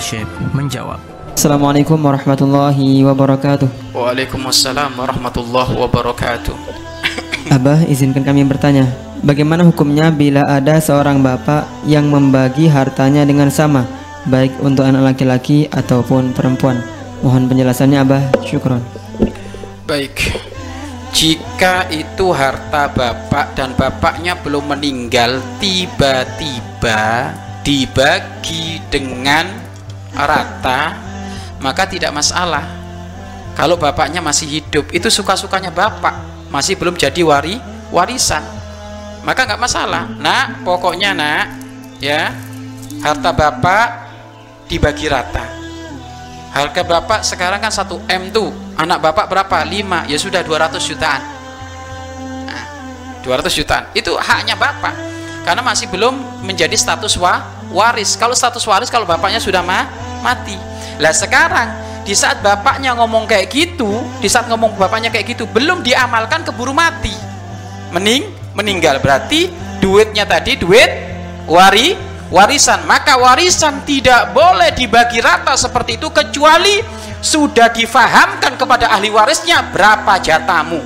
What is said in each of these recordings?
Syekh menjawab. Assalamualaikum warahmatullahi wabarakatuh. Waalaikumsalam warahmatullahi wabarakatuh. Abah, izinkan kami bertanya, bagaimana hukumnya bila ada seorang bapak yang membagi hartanya dengan sama, baik untuk anak laki-laki ataupun perempuan? Mohon penjelasannya Abah, syukron. Baik, jika itu harta bapak dan bapaknya belum meninggal, tiba-tiba dibagi dengan rata, maka tidak masalah. Kalau bapaknya masih hidup, itu suka-sukanya bapak, masih belum jadi warisan, maka nggak masalah. Nak, pokoknya nak, ya, harta bapak dibagi rata. Harga bapak sekarang kan 1 M tuh, anak bapak berapa? 5, ya sudah 200 jutaan. Nah, 200 jutaan itu haknya bapak, karena masih belum menjadi status waris. Kalau status waris kalau bapaknya sudah mati. Lah sekarang di saat bapaknya ngomong kayak gitu, di saat ngomong bapaknya kayak gitu, belum diamalkan keburu mati, meninggal, berarti duitnya tadi duit warisan. Maka warisan tidak boleh dibagi rata seperti itu kecuali sudah difahamkan kepada ahli warisnya berapa jatahmu.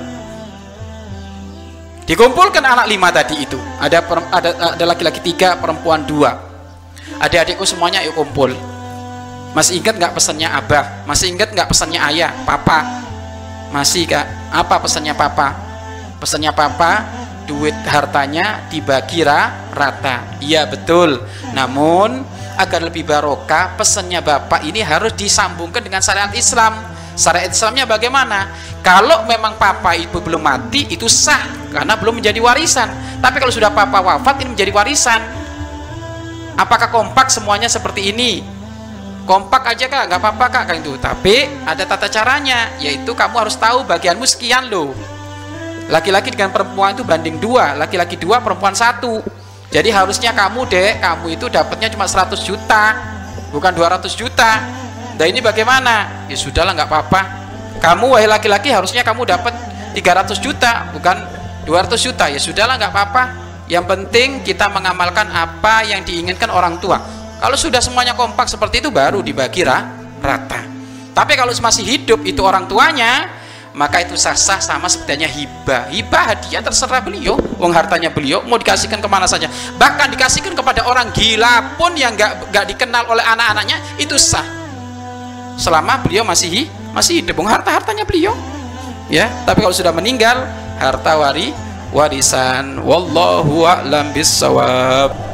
Dikumpulkan anak 5 tadi itu, ada laki-laki 3, perempuan 2. Adik-adikku semuanya yuk kumpul. Masih ingat nggak pesannya abah? Masih ingat nggak pesannya ayah, papa? Masih kak? Apa pesannya papa? Pesannya papa, duit hartanya dibagi rata. Iya betul. Namun agar lebih barokah, pesannya bapak ini harus disambungkan dengan syariat Islam. Syariat Islamnya bagaimana? Kalau memang papa ibu belum mati, itu sah karena belum menjadi warisan. Tapi kalau sudah papa wafat, ini menjadi warisan. Apakah kompak semuanya seperti ini? Kompak aja kak, nggak apa-apa kak, itu. Tapi ada tata caranya, yaitu kamu harus tahu bagianmu sekian loh. Laki-laki dengan perempuan itu banding 2, laki-laki 2, perempuan 1. Jadi harusnya kamu itu dapatnya cuma 100 juta, bukan 200 juta. Nah ini bagaimana? Ya sudahlah, nggak apa-apa. Kamu wahai laki-laki harusnya kamu dapat 300 juta, bukan 200 juta. Ya sudahlah, nggak apa-apa. Yang penting kita mengamalkan apa yang diinginkan orang tua. Kalau sudah semuanya kompak seperti itu, baru dibagi rata. Tapi kalau masih hidup itu orang tuanya, maka itu sah-sah sama sepertinya hibah. Hibah hadiah terserah beliau, uang hartanya beliau mau dikasihkan kemana saja. Bahkan dikasihkan kepada orang gila pun yang nggak dikenal oleh anak-anaknya, itu sah. Selama beliau masih hidup, uang hartanya beliau. Ya, tapi kalau sudah meninggal, harta warisan. Wallahu a'lam bissawab.